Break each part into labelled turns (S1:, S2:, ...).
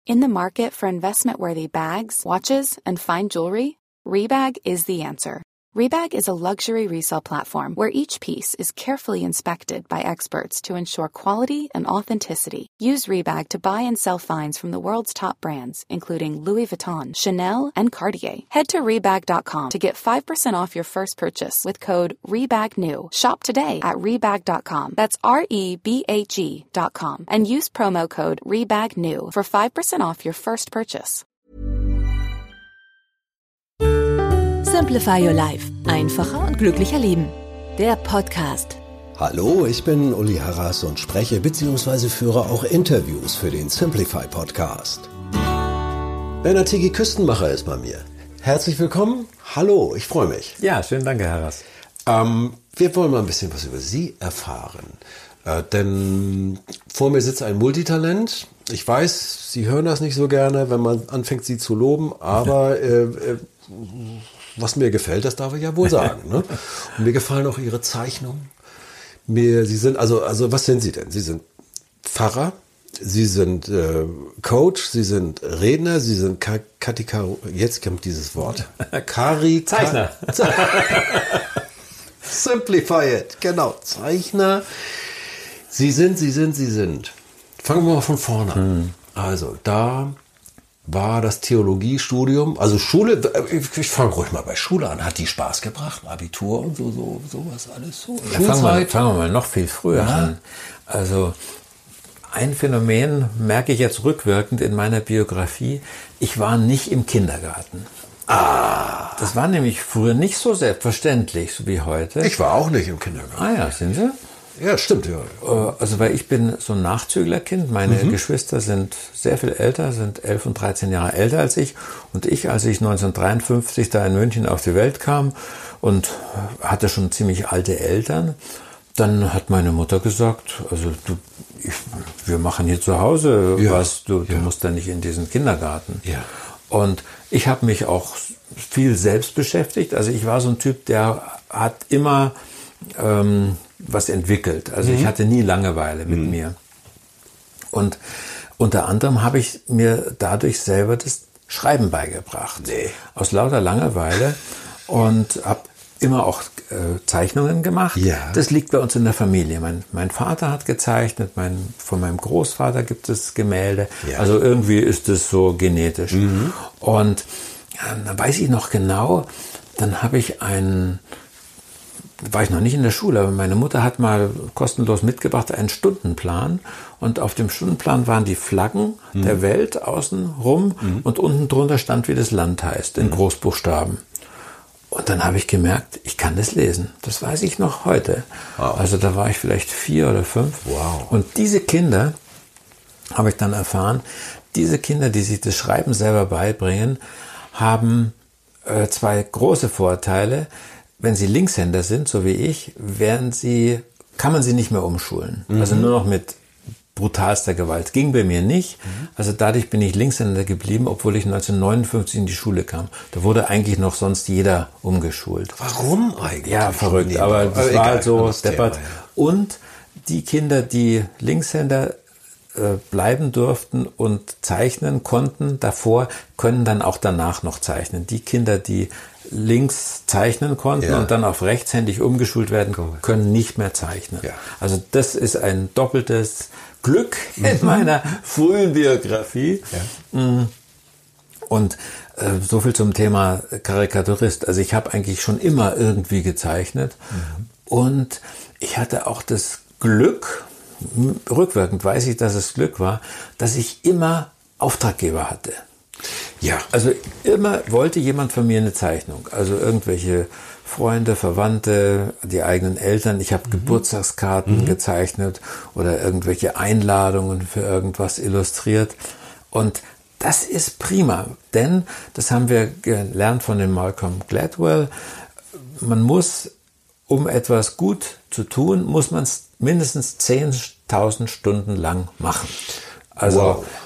S1: In the market for investment-worthy bags, watches, and fine jewelry, Rebag is the answer. Rebag is a luxury resale platform where each piece is carefully inspected by experts to ensure quality and authenticity. Use Rebag to buy and sell finds from the world's top brands, including Louis Vuitton, Chanel, and Cartier. Head to Rebag.com to get 5% off your first purchase with code REBAGNEW. Shop today at Rebag.com. That's REBAG.com. And use promo code REBAGNEW for 5% off your first purchase.
S2: Simplify Your Life. Einfacher und glücklicher leben. Der Podcast.
S3: Hallo, ich bin Uli Harras und spreche bzw. führe auch Interviews für den Simplify Podcast. Bernhard Tigi Küstenmacher ist bei mir. Herzlich willkommen. Hallo, ich freue mich.
S4: Ja, schönen Dank, Herr Harras.
S3: Wir wollen mal ein bisschen was über Sie erfahren. Denn vor mir sitzt ein Multitalent. Ich weiß, Sie hören das nicht so gerne, wenn man anfängt, Sie zu loben, aber was mir gefällt, das darf ich ja wohl sagen. Ne? Und mir gefallen auch Ihre Zeichnungen. Sie sind, also was sind Sie denn? Sie sind Pfarrer, Sie sind Coach, Sie sind Redner, Sie sind jetzt kommt dieses Wort.
S4: Zeichner.
S3: Simplify it, genau. Zeichner. Sie sind. Fangen wir mal von vorne an. Also, da war das Theologiestudium, also Schule, ich fange ruhig mal bei Schule an. Hat die Spaß gebracht? Abitur und sowas alles so?
S4: Ja, fangen wir mal noch viel früher an. Also, ein Phänomen merke ich jetzt rückwirkend in meiner Biografie. Ich war nicht im Kindergarten. Das war nämlich früher nicht so selbstverständlich, so wie heute.
S3: Ich war auch nicht im Kindergarten.
S4: Ah ja, sind Sie?
S3: Ja, stimmt, ja.
S4: Also, weil ich bin so ein Nachzüglerkind. Meine Geschwister sind sehr viel älter, sind 11 und 13 Jahre älter als ich. Und ich, als ich 1953 da in München auf die Welt kam und hatte schon ziemlich alte Eltern, dann hat meine Mutter gesagt, also wir machen hier zu Hause was, du musst da nicht in diesen Kindergarten.
S3: Ja.
S4: Und ich habe mich auch viel selbst beschäftigt. Also ich war so ein Typ, der hat immer was entwickelt. Also ich hatte nie Langeweile mit mir. Und unter anderem habe ich mir dadurch selber das Schreiben beigebracht. Aus lauter Langeweile. Und habe immer auch Zeichnungen gemacht.
S3: Ja.
S4: Das liegt bei uns in der Familie. Mein Vater hat gezeichnet, von meinem Großvater gibt es Gemälde. Ja. Also irgendwie ist es so genetisch. Und dann weiß ich noch genau, dann war ich noch nicht in der Schule, aber meine Mutter hat mal kostenlos mitgebracht einen Stundenplan und auf dem Stundenplan waren die Flaggen der Welt außen rum und unten drunter stand, wie das Land heißt, in Großbuchstaben. Und dann habe ich gemerkt, ich kann das lesen. Das weiß ich noch heute. Wow. Also da war ich vielleicht 4 oder 5.
S3: Wow.
S4: Und diese Kinder, habe ich dann erfahren, diese Kinder, die sich das Schreiben selber beibringen, haben 2 große Vorteile. Wenn sie Linkshänder sind, so wie ich, kann man sie nicht mehr umschulen. Also nur noch mit brutalster Gewalt. Ging bei mir nicht. Also dadurch bin ich Linkshänder geblieben, obwohl ich 1959 in die Schule kam. Da wurde eigentlich noch sonst jeder umgeschult.
S3: Warum eigentlich?
S4: Ja, verrückt. Aber das war halt so deppert. Ja. Und die Kinder, die Linkshänder bleiben durften und zeichnen konnten davor, können dann auch danach noch zeichnen. Die Kinder, die links zeichnen konnten und dann auf rechtshändig umgeschult werden, können nicht mehr zeichnen. Ja. Also das ist ein doppeltes Glück in meiner frühen Biografie. Ja. Und so viel zum Thema Karikaturist. Also ich habe eigentlich schon immer irgendwie gezeichnet und ich hatte auch das Glück, rückwirkend weiß ich, dass es Glück war, dass ich immer Auftraggeber hatte. Ja. Also immer wollte jemand von mir eine Zeichnung. Also irgendwelche Freunde, Verwandte, die eigenen Eltern. Ich habe Geburtstagskarten gezeichnet oder irgendwelche Einladungen für irgendwas illustriert. Und das ist prima, denn das haben wir gelernt von dem Malcolm Gladwell. Man muss, um etwas gut zu tun, muss man es mindestens 10.000 Stunden lang machen. Also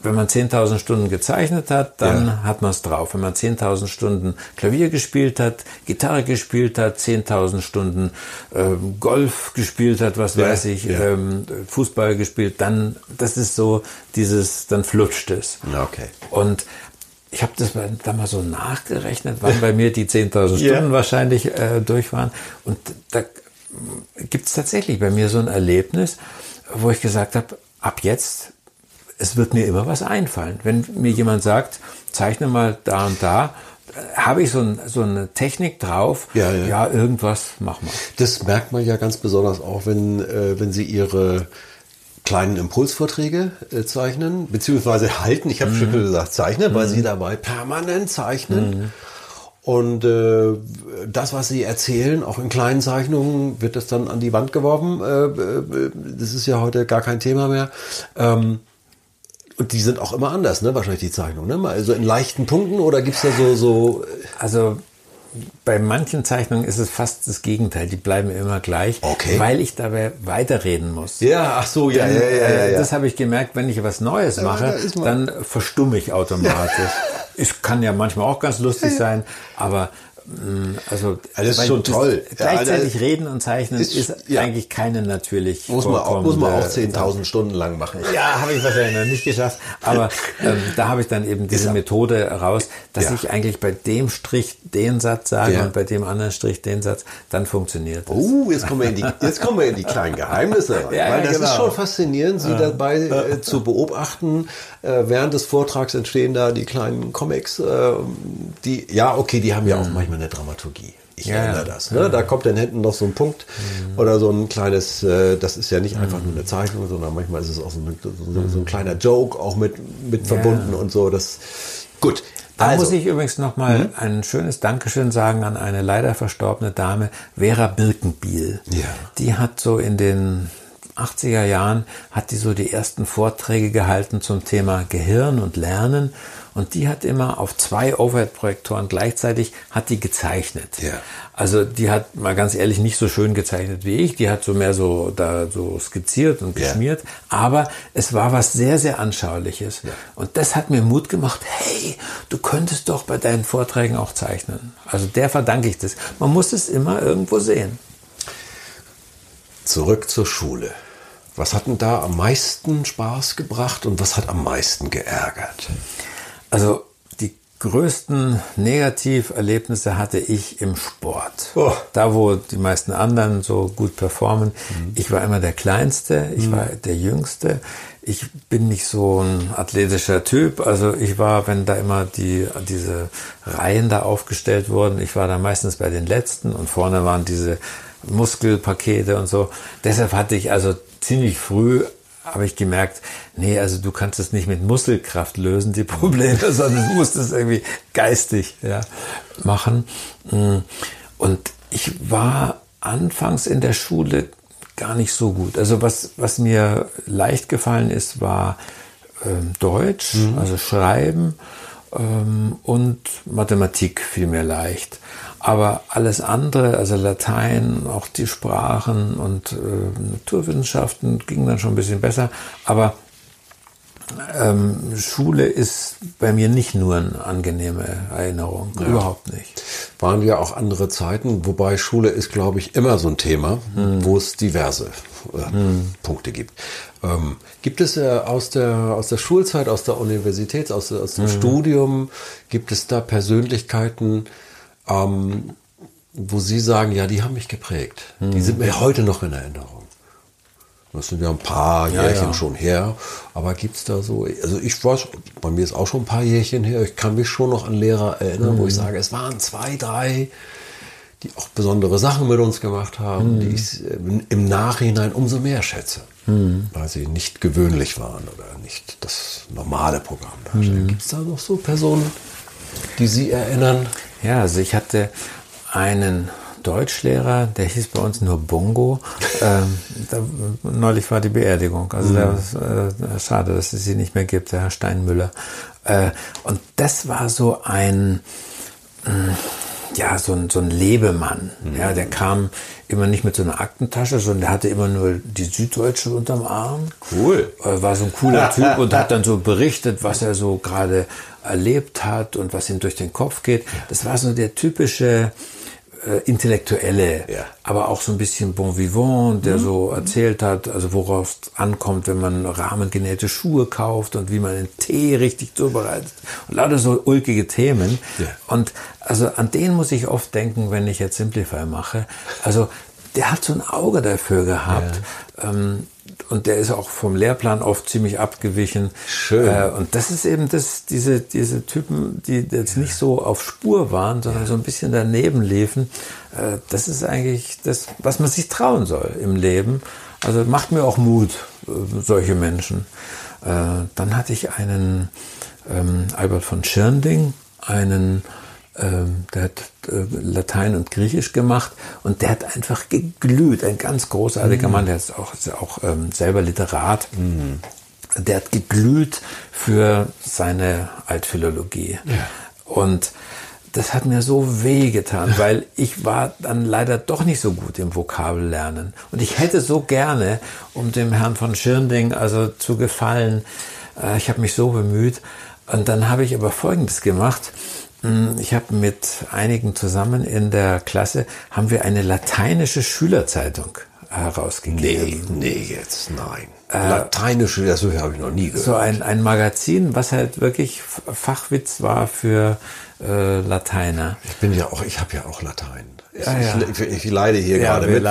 S4: wenn man 10.000 Stunden gezeichnet hat, dann hat man es drauf. Wenn man 10.000 Stunden Klavier gespielt hat, Gitarre gespielt hat, 10.000 Stunden Golf gespielt hat, was weiß ich, Fußball gespielt, dann, das ist so dann flutscht es.
S3: Okay.
S4: Und ich habe das da mal so nachgerechnet, wann bei mir die 10.000 Stunden wahrscheinlich durch waren. Und da gibt es tatsächlich bei mir so ein Erlebnis, wo ich gesagt habe, ab jetzt, es wird mir immer was einfallen. Wenn mir jemand sagt, zeichne mal da und da, habe ich so eine Technik drauf, ja, irgendwas, mach mal.
S3: Das merkt man ja ganz besonders auch, wenn Sie Ihre kleinen Impulsvorträge zeichnen, beziehungsweise halten. Ich habe schon gesagt zeichnen, weil Sie dabei permanent zeichnen. Und das, was Sie erzählen, auch in kleinen Zeichnungen, wird das dann an die Wand geworfen. Das ist ja heute gar kein Thema mehr. Und die sind auch immer anders, ne? Wahrscheinlich die Zeichnungen. Ne? Also in leichten Punkten oder gibt's da so...
S4: Also bei manchen Zeichnungen ist es fast das Gegenteil. Die bleiben immer gleich, weil ich dabei weiterreden muss.
S3: Ja, ach so, ja.
S4: Das habe ich gemerkt, wenn ich was Neues mache, dann verstumme ich automatisch. Es kann ja manchmal auch ganz lustig sein, aber also
S3: das ist schon toll.
S4: Gleichzeitig reden und zeichnen ist eigentlich keine natürlich
S3: muss man auch 10.000 Stunden lang machen.
S4: Ja, habe ich wahrscheinlich noch nicht geschafft. Aber da habe ich dann eben diese Methode raus, dass ich eigentlich bei dem Strich den Satz sage und bei dem anderen Strich den Satz, dann funktioniert das.
S3: Jetzt kommen wir in die kleinen Geheimnisse rein. Weil das ist schon faszinierend, Sie dabei zu beobachten. Während des Vortrags entstehen da die kleinen Comics, die haben ja auch manchmal eine Dramaturgie. Ich erinnere das. Ne? Da kommt dann hinten noch so ein Punkt oder so ein kleines, das ist ja nicht einfach nur eine Zeichnung, sondern manchmal ist es auch so ein kleiner Joke auch mit verbunden und so. Gut.
S4: Da muss ich übrigens nochmal ein schönes Dankeschön sagen an eine leider verstorbene Dame, Vera Birkenbiel. Ja. Die hat so in den 80er Jahren, hat die so die ersten Vorträge gehalten zum Thema Gehirn und Lernen. Und die hat immer auf 2 Overhead-Projektoren gleichzeitig hat die gezeichnet. Ja. Also die hat mal ganz ehrlich nicht so schön gezeichnet wie ich. Die hat so mehr so skizziert und geschmiert. Aber es war was sehr, sehr Anschauliches. Ja. Und das hat mir Mut gemacht. Hey, du könntest doch bei deinen Vorträgen auch zeichnen. Also der verdanke ich das. Man muss es immer irgendwo sehen.
S3: Zurück zur Schule. Was hat denn da am meisten Spaß gebracht und was hat am meisten geärgert?
S4: Also die größten Negativerlebnisse hatte ich im Sport. Da, wo die meisten anderen so gut performen. Ich war immer der Kleinste, ich war der Jüngste. Ich bin nicht so ein athletischer Typ. Also ich war, wenn da immer diese Reihen da aufgestellt wurden, ich war da meistens bei den Letzten und vorne waren diese Muskelpakete und so. Deshalb hatte ich also ziemlich früh, habe ich gemerkt, nee, also du kannst es nicht mit Muskelkraft lösen, die Probleme, sondern du musst es irgendwie geistig machen. Und ich war anfangs in der Schule gar nicht so gut. Also was mir leicht gefallen ist, war Deutsch, also Schreiben und Mathematik fiel mir leicht. Aber alles andere, also Latein, auch die Sprachen und Naturwissenschaften ging dann schon ein bisschen besser. Aber Schule ist bei mir nicht nur eine angenehme Erinnerung, überhaupt nicht.
S3: Waren ja auch andere Zeiten, wobei Schule ist, glaube ich, immer so ein Thema, wo es diverse Punkte gibt. Gibt es aus der Schulzeit, aus der Universität, aus dem Studium, gibt es da Persönlichkeiten, wo Sie sagen, ja, die haben mich geprägt. Die sind mir heute noch in Erinnerung. Das sind ja ein paar Jährchen schon her. Aber gibt's da so, also ich weiß, bei mir ist auch schon ein paar Jährchen her, ich kann mich schon noch an Lehrer erinnern, wo ich sage, es waren 2, 3, die auch besondere Sachen mit uns gemacht haben, die ich im Nachhinein umso mehr schätze. Weil sie nicht gewöhnlich waren oder nicht das normale Programm darstellen. Gibt's da noch so Personen, die Sie erinnern?
S4: Ja, also ich hatte einen Deutschlehrer, der hieß bei uns nur Bongo. Neulich war die Beerdigung. Also schade, dass es sie nicht mehr gibt, der Herr Steinmüller. Und das war so ein ja, so ein Lebemann. Ja, der kam immer nicht mit so einer Aktentasche, sondern der hatte immer nur die Süddeutsche unterm Arm.
S3: Cool.
S4: War so ein cooler Typ und hat dann so berichtet, was er so gerade erlebt hat und was ihm durch den Kopf geht. Das war so der typische Intellektuelle, aber auch so ein bisschen bon vivant, der so erzählt hat, also worauf es ankommt, wenn man rahmengenähte Schuhe kauft und wie man den Tee richtig zubereitet und lauter so ulkige Themen. Ja. Und also an den muss ich oft denken, wenn ich jetzt Simplify mache. Also der hat so ein Auge dafür gehabt. Ja. Und der ist auch vom Lehrplan oft ziemlich abgewichen.
S3: Schön.
S4: Und das ist eben diese Typen, die jetzt nicht so auf Spur waren, sondern so ein bisschen daneben liefen. Das ist eigentlich das, was man sich trauen soll im Leben. Also macht mir auch Mut, solche Menschen. Dann hatte ich einen Albert von Schirnding, der hat Latein und Griechisch gemacht und der hat einfach geglüht, ein ganz großartiger Mann, der ist auch selber Literat. Der hat geglüht für seine Altphilologie. Ja. Und das hat mir so wehgetan, weil ich war dann leider doch nicht so gut im Vokabellernen. Und ich hätte so gerne, um dem Herrn von Schirnding also zu gefallen, ich habe mich so bemüht. Und dann habe ich aber Folgendes gemacht. Ich habe mit einigen zusammen in der Klasse, haben wir eine lateinische Schülerzeitung herausgegeben.
S3: Nein. Lateinische, das habe ich noch nie gehört.
S4: So ein Magazin, was halt wirklich Fachwitz war für Lateiner.
S3: Ich habe ja auch Latein. Ich leide hier gerade mit,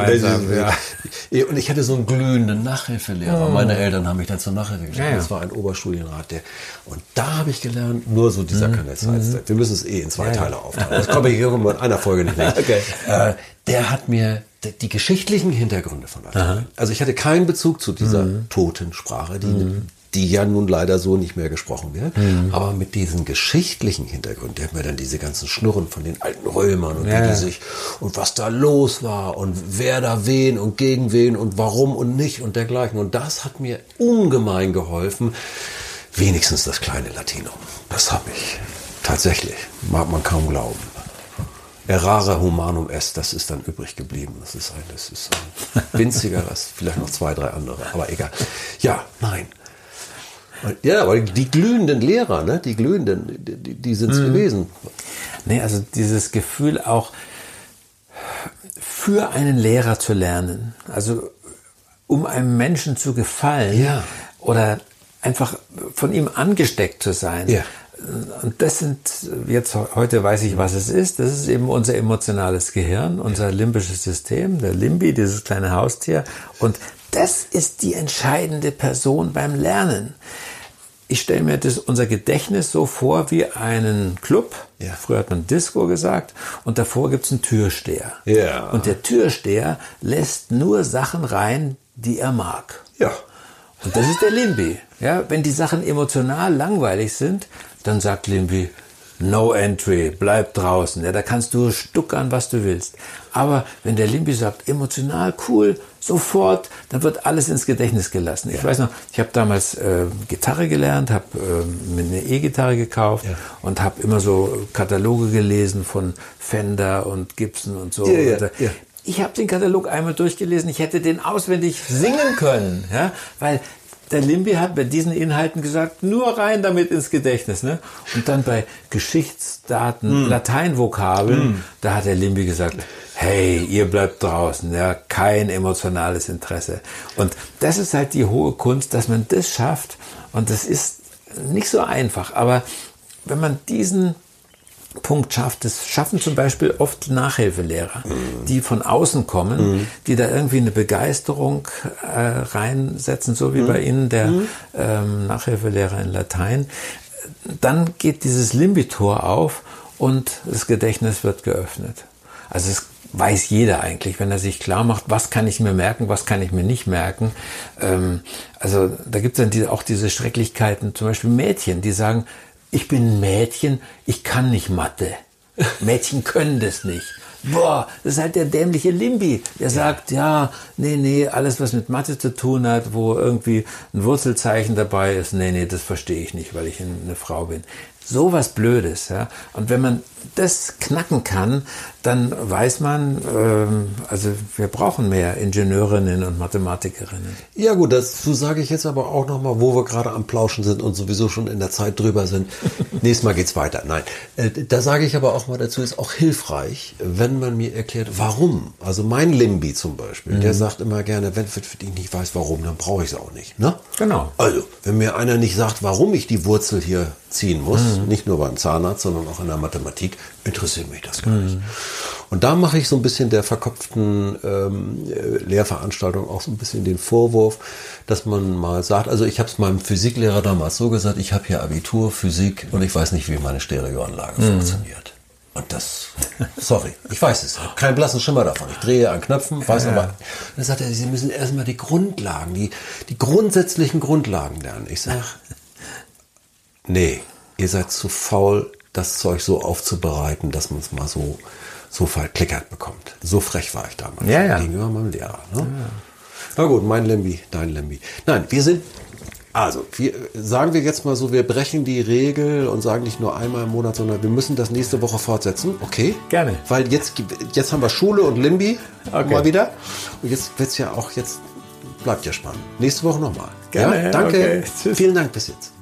S3: und ich hatte so einen glühenden Nachhilfelehrer. Meine Eltern haben mich dann zur Nachhilfe geschickt. Das war ein Oberstudienrat, und da habe ich gelernt, nur so dieser kann der Sidestep. Wir müssen es in 2 Teile aufteilen. Das komme ich irgendwann in einer Folge nicht weg. Okay. Der hat mir die geschichtlichen Hintergründe von Latein. Also ich hatte keinen Bezug zu dieser toten Sprache, die ja nun leider so nicht mehr gesprochen wird. Aber mit diesen geschichtlichen Hintergründen, der hat mir dann diese ganzen Schnurren von den alten Römern und wie die sich und was da los war und wer da wen und gegen wen und warum und nicht und dergleichen. Und das hat mir ungemein geholfen. Wenigstens das kleine Latinum. Das habe ich tatsächlich. Mag man kaum glauben. Errare humanum est, das ist dann übrig geblieben. Das ist ein winzigeres, vielleicht noch 2, 3 andere, aber egal. Ja, nein. Ja, aber die glühenden Lehrer, ne? Die sind es gewesen.
S4: Nee, also dieses Gefühl auch für einen Lehrer zu lernen, also um einem Menschen zu gefallen oder einfach von ihm angesteckt zu sein. Ja. Und das sind, heute weiß ich, was es ist, das ist eben unser emotionales Gehirn, unser limbisches System, der Limbi, dieses kleine Haustier. Und das ist die entscheidende Person beim Lernen. Ich stelle mir unser Gedächtnis so vor wie einen Club. Ja. Früher hat man Disco gesagt. Und davor gibt es einen Türsteher. Ja. Und der Türsteher lässt nur Sachen rein, die er mag.
S3: Ja.
S4: Und das ist der Limbi. Ja, wenn die Sachen emotional langweilig sind, dann sagt Limbi, no entry, bleib draußen. Ja, da kannst du stuckern, was du willst. Aber wenn der Limbi sagt, emotional, cool, sofort, dann wird alles ins Gedächtnis gelassen. Ich weiß noch, ich habe damals Gitarre gelernt, habe mir eine E-Gitarre gekauft und habe immer so Kataloge gelesen von Fender und Gibson und so. Ich habe den Katalog einmal durchgelesen, ich hätte den auswendig singen können, weil der Limbi hat bei diesen Inhalten gesagt, nur rein damit ins Gedächtnis. Ne? Und dann bei Geschichtsdaten, Lateinvokabeln, da hat der Limbi gesagt, hey, ihr bleibt draußen, kein emotionales Interesse. Und das ist halt die hohe Kunst, dass man das schafft. Und das ist nicht so einfach. Aber wenn man diesen Punkt schafft, das schaffen zum Beispiel oft Nachhilfelehrer, die von außen kommen, die da irgendwie eine Begeisterung reinsetzen, so wie bei Ihnen der Nachhilfelehrer in Latein. Dann geht dieses Limbitor auf und das Gedächtnis wird geöffnet. Also es weiß jeder eigentlich, wenn er sich klar macht, was kann ich mir merken, was kann ich mir nicht merken. Also da gibt es dann auch diese Schrecklichkeiten, zum Beispiel Mädchen, die sagen, ich bin ein Mädchen, ich kann nicht Mathe. Mädchen können das nicht. boah, das ist halt der dämliche Limbi. Der sagt, ja, nee, alles was mit Mathe zu tun hat, wo irgendwie ein Wurzelzeichen dabei ist, nee, das verstehe ich nicht, weil ich eine Frau bin. Sowas Blödes, ja. Und wenn man das knacken kann, dann weiß man, also wir brauchen mehr Ingenieurinnen und Mathematikerinnen.
S3: Ja gut, dazu sage ich jetzt aber auch nochmal, wo wir gerade am Plauschen sind und sowieso schon in der Zeit drüber sind. Nächstes Mal geht's weiter. Nein, da sage ich aber auch mal dazu, ist auch hilfreich, wenn man mir erklärt, warum. Also mein Limbi zum Beispiel, der sagt immer gerne, wenn ich nicht weiß, warum, dann brauche ich es auch nicht. Ne?
S4: Genau.
S3: Also, wenn mir einer nicht sagt, warum ich die Wurzel hier ziehen muss, nicht nur beim Zahnarzt, sondern auch in der Mathematik, interessiert mich das gar nicht. Und da mache ich so ein bisschen der verkopften Lehrveranstaltung auch so ein bisschen den Vorwurf, dass man mal sagt, also ich habe es meinem Physiklehrer damals so gesagt, ich habe hier Abitur, Physik und ich weiß nicht, wie meine Stereoanlage funktioniert. Und das, sorry, ich weiß es. Keinen blassen Schimmer davon. Ich drehe an Knöpfen, weiß aber. Dann sagt er, Sie müssen erstmal die Grundlagen, die grundsätzlichen Grundlagen lernen. Ich sage, nee, ihr seid zu faul, das Zeug so aufzubereiten, dass man es mal so verklickert bekommt. So frech war ich damals gegenüber meinem Lehrer. Ne? Ja. Na gut, mein Limbi, dein Limbi. Nein, sagen wir jetzt mal so, wir brechen die Regel und sagen nicht nur einmal im Monat, sondern wir müssen das nächste Woche fortsetzen. Okay?
S4: Gerne.
S3: Weil jetzt haben wir Schule und Limbi mal wieder. Und jetzt wird's ja auch, jetzt bleibt ja spannend. Nächste Woche nochmal.
S4: Gerne.
S3: Ja? Danke.
S4: Okay. Tschüss.
S3: Vielen Dank bis jetzt.